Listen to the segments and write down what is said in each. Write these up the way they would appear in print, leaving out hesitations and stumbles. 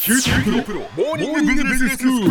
キューティープロモーニングビジネススクール。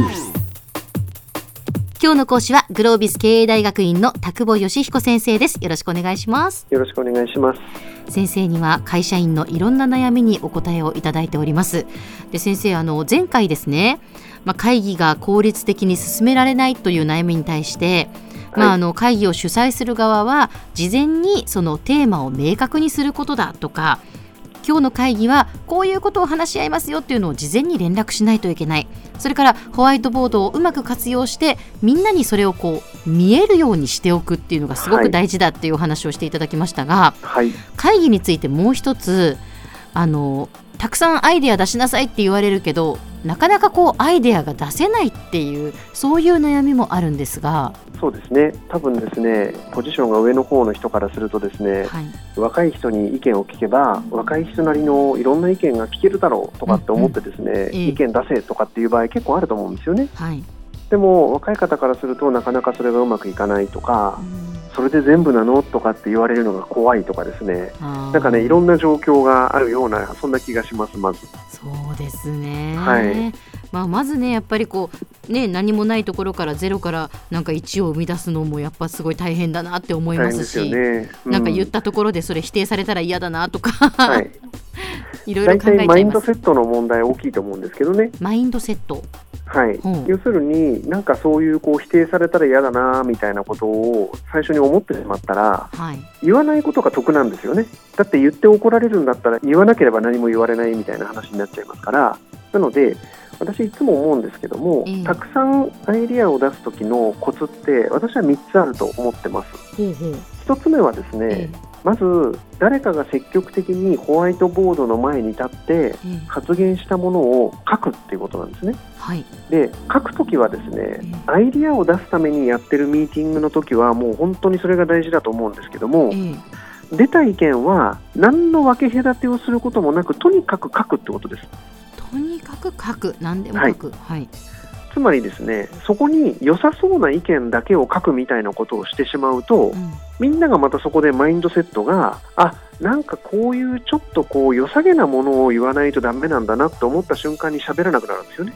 今日の講師はグロービス経営大学院の田久保義彦先生です。よろしくお願いします。 よろしくお願いします。 先生には会社員のいろんな悩みにお答えをいただいております。で、先生、前回ですね、会議が効率的に進められないという悩みに対して、会議を主催する側は事前にそのテーマを明確にすることだとか、今日の会議はこういうことを話し合いますよっていうのを事前に連絡しないといけない。それからホワイトボードをうまく活用してみんなにそれを見えるようにしておくっていうのがすごく大事だっていうお話をしていただきましたが、会議についてもう一つたくさんアイデア出しなさいって言われるけど、なかなかアイデアが出せないっていう、そういう悩みもあるんですが。 そうですね、多分ですね、ポジションが上の方の人からするとですね、若い人に意見を聞けば若い人なりのいろんな意見が聞けるだろうとかって思ってですね、意見出せとかっていう場合結構あると思うんですよね。でも若い方からするとなかなかそれがうまくいかないとか、それで全部なのとかって言われるのが怖いとかですね、なんかね、いろんな状況があるような、そんな気がします。まずそうですね、まずね、やっぱり何もないところからゼロからなんか1を生み出すのもやっぱすごい大変だなって思いますし、なんか言ったところでそれ否定されたら嫌だなとか、いろいろ考えちゃいます。大体マインドセットの問題大きいと思うんですけどね。 マインドセット、 要するになんかそういう否定されたら嫌だなみたいなことを最初に思ってしまったら、言わないことが得なんですよね。だって言って怒られるんだったら言わなければ何も言われないみたいな話になっちゃいますから。なので私いつも思うんですけども、たくさんアイディアを出す時のコツって私は3つあると思ってます。1つ目はですね、まず誰かが積極的にホワイトボードの前に立って発言したものを書くっていうことなんですね。で、書くときはですね、アイディアを出すためにやってるミーティングの時はもう本当にそれが大事だと思うんですけども、出た意見は何の分け隔てをすることもなくとにかく書くってことです。 とにかく書く、何でも書く、 つまりですね、そこに良さそうな意見だけを書くみたいなことをしてしまうと、みんながまたそこでマインドセットが、なんかこういうちょっと良さげなものを言わないとダメなんだなと思った瞬間に喋らなくなるんですよね。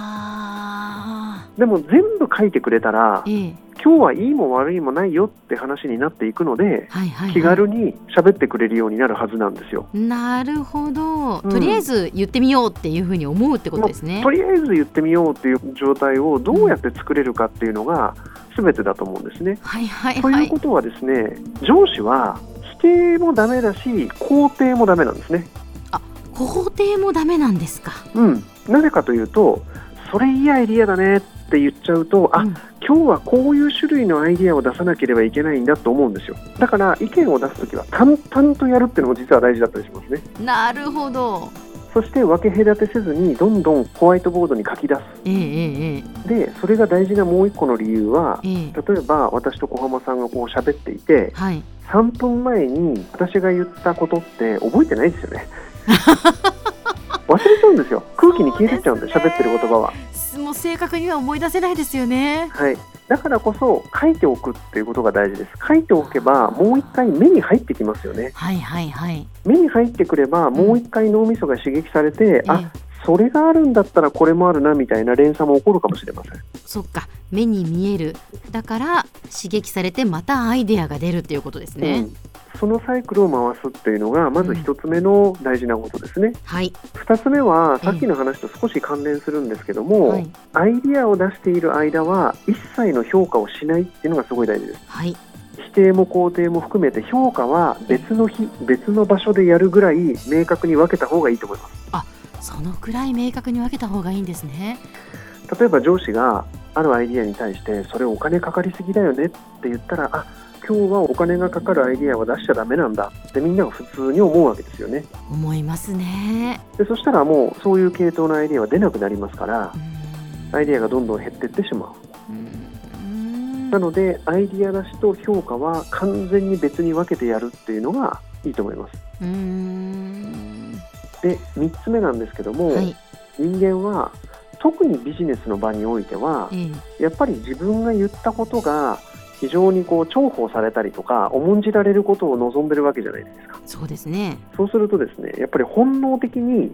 でも全部書いてくれたら、今日はいいも悪いもないよって話になっていくので、気軽に喋ってくれるようになるはずなんですよ。 なるほど、とりあえず言ってみようっていうふうに思うってことですね。 とりあえず言ってみようっていう状態をどうやって作れるかっていうのが全てだと思うんですね。ということはですね、上司は否定もダメだし肯定もダメなんですね。 肯定もダメなんですか。 なぜかというと、それいいアイディアだねって言っちゃうと、今日はこういう種類のアイディアを出さなければいけないんだと思うんですよ。だから意見を出すときは淡々とやるっていうのも実は大事だったりしますね。 なるほど。 そして分け隔てせずにどんどんホワイトボードに書き出す。で、それが大事なもう一個の理由は、例えば私と小浜さんが喋っていて、3分前に私が言ったことって覚えてないですよね。忘れちゃうんですよ。空気に消えてっちゃうんで、喋ってる言葉はもう正確には思い出せないですよね。 だからこそ書いておくっていうことが大事です。書いておけばもう一回目に入ってきますよね。目に入ってくればもう一回脳みそが刺激されて、それがあるんだったらこれもあるなみたいな連鎖も起こるかもしれません。 そっか、目に見える、だから刺激されてまたアイデアが出るっていうことですね。 そのサイクルを回すっていうのがまず一つ目の大事なことですね。二つ目はさっきの話と少し関連するんですけども、アイディアを出している間は一切の評価をしないっていうのがすごい大事です。否定も肯定も含めて評価は別の日、別の場所でやるぐらい明確に分けた方がいいと思います。 そのくらい明確に分けた方がいいんですね。 例えば上司があるアイディアに対してそれお金かかりすぎだよねって言ったら、今日はお金がかかるアイディアは出しちゃダメなんだってみんなが普通に思うわけですよね。 思いますね。 で、そしたらもうそういう系統のアイディアは出なくなりますから、アイディアがどんどん減っていってしまう。なのでアイディア出しと評価は完全に別に分けてやるっていうのがいいと思います。で、3つ目なんですけども、人間は特にビジネスの場においては、やっぱり自分が言ったことが非常に重宝されたりとか重んじられることを望んでるわけじゃないですか。 そうですね。 そうするとですね、やっぱり本能的に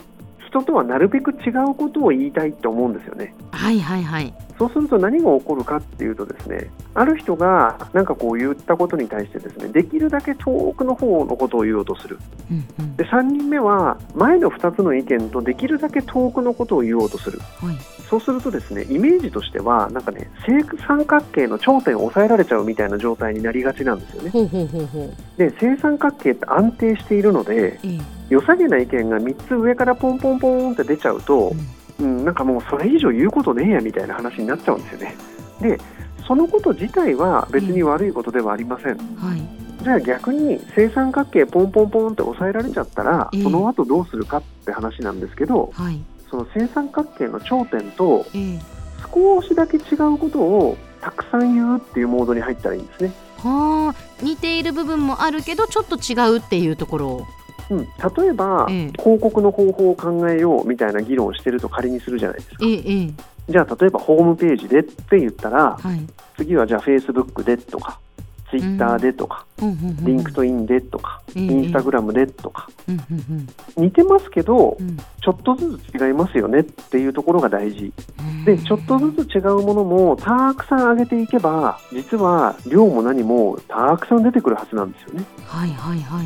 人とはなるべく違うことを言いたいと思うんですよね。 はいはいはい。 そうすると何が起こるかっていうとですね、ある人がなんかこう言ったことに対してですね、できるだけ遠くの方のことを言おうとする、で3人目は前の2つの意見とできるだけ遠くのことを言おうとする、はい、そうするとですね、イメージとしてはなんかね、正三角形の頂点を抑えられちゃうみたいな状態になりがちなんですよね。で正三角形って安定しているので、良さげな意見が3つ上からポンポンポンって出ちゃうと、なんかもうそれ以上言うことねえやみたいな話になっちゃうんですよね。でそのこと自体は別に悪いことではありません、はい、じゃあ逆に正三角形ポンポンポンって抑えられちゃったら、その後どうするかって話なんですけど、はい、その正三角形の頂点と少しだけ違うことをたくさん言うっていうモードに入ったらいいんですね。 はあ、似ている部分もあるけどちょっと違うっていうところを、 例えば、広告の方法を考えようみたいな議論をしてると仮にするじゃないですか、じゃあ例えばホームページでって言ったら、はい、次はじゃあ Facebook でとか Twitter でとか、LinkedIn でとか、Instagram でとか、似てますけど、ちょっとずつ違いますよねっていうところが大事で、ちょっとずつ違うものもたくさん上げていけば、実は量も何もたくさん出てくるはずなんですよね。はいはいはい。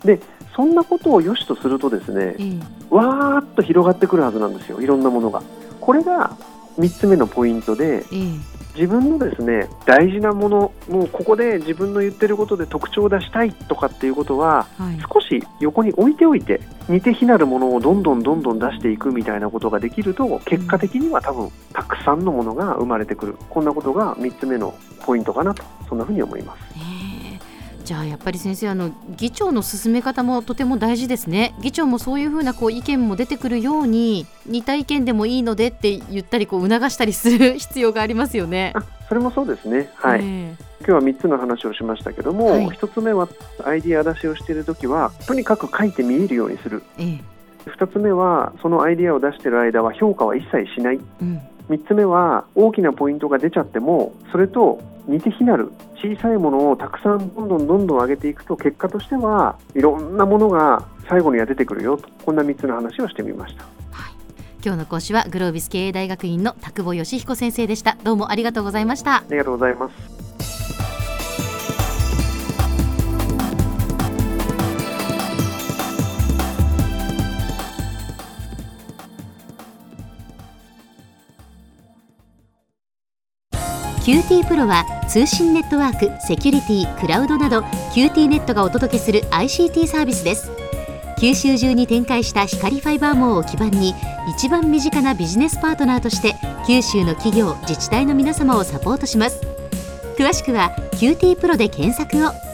でそんなことを良しとするとですね、わーっと広がってくるはずなんですよ、いろんなものが。これが3つ目のポイントで、自分のですね、大事なもの、もうここで自分の言ってることで特徴を出したいとかっていうことは、少し横に置いておいて、似て非なるものをどんどん出していくみたいなことができると、結果的には多分たくさんのものが生まれてくる、こんなことが3つ目のポイントかなと、そんなふうに思います。 じゃあやっぱり先生、議長の進め方もとても大事ですね。議長もそういうふうな意見も出てくるように、似た意見でもいいのでって言ったり促したりする必要がありますよね。 それもそうですね、はい。今日は3つの話をしましたけども、1つ目はアイディア出しをしているときはとにかく書いて見えるようにする、2つ目はそのアイディアを出している間は評価は一切しない、3つ目は大きなポイントが出ちゃってもそれと似て非なる小さいものをたくさんどんどん上げていくと、結果としてはいろんなものが最後には出てくるよと、こんな3つの話をしてみました。 今日の講師はグロービス経営大学院の田久保義彦先生でした。どうもありがとうございました。 ありがとうございます。 QT プロは通信ネットワーク、セキュリティ、クラウドなど QT ネットがお届けする ICT サービスです。九州中に展開した光ファイバー網を基盤に、一番身近なビジネスパートナーとして九州の企業、自治体の皆様をサポートします。詳しくは QT プロで検索を。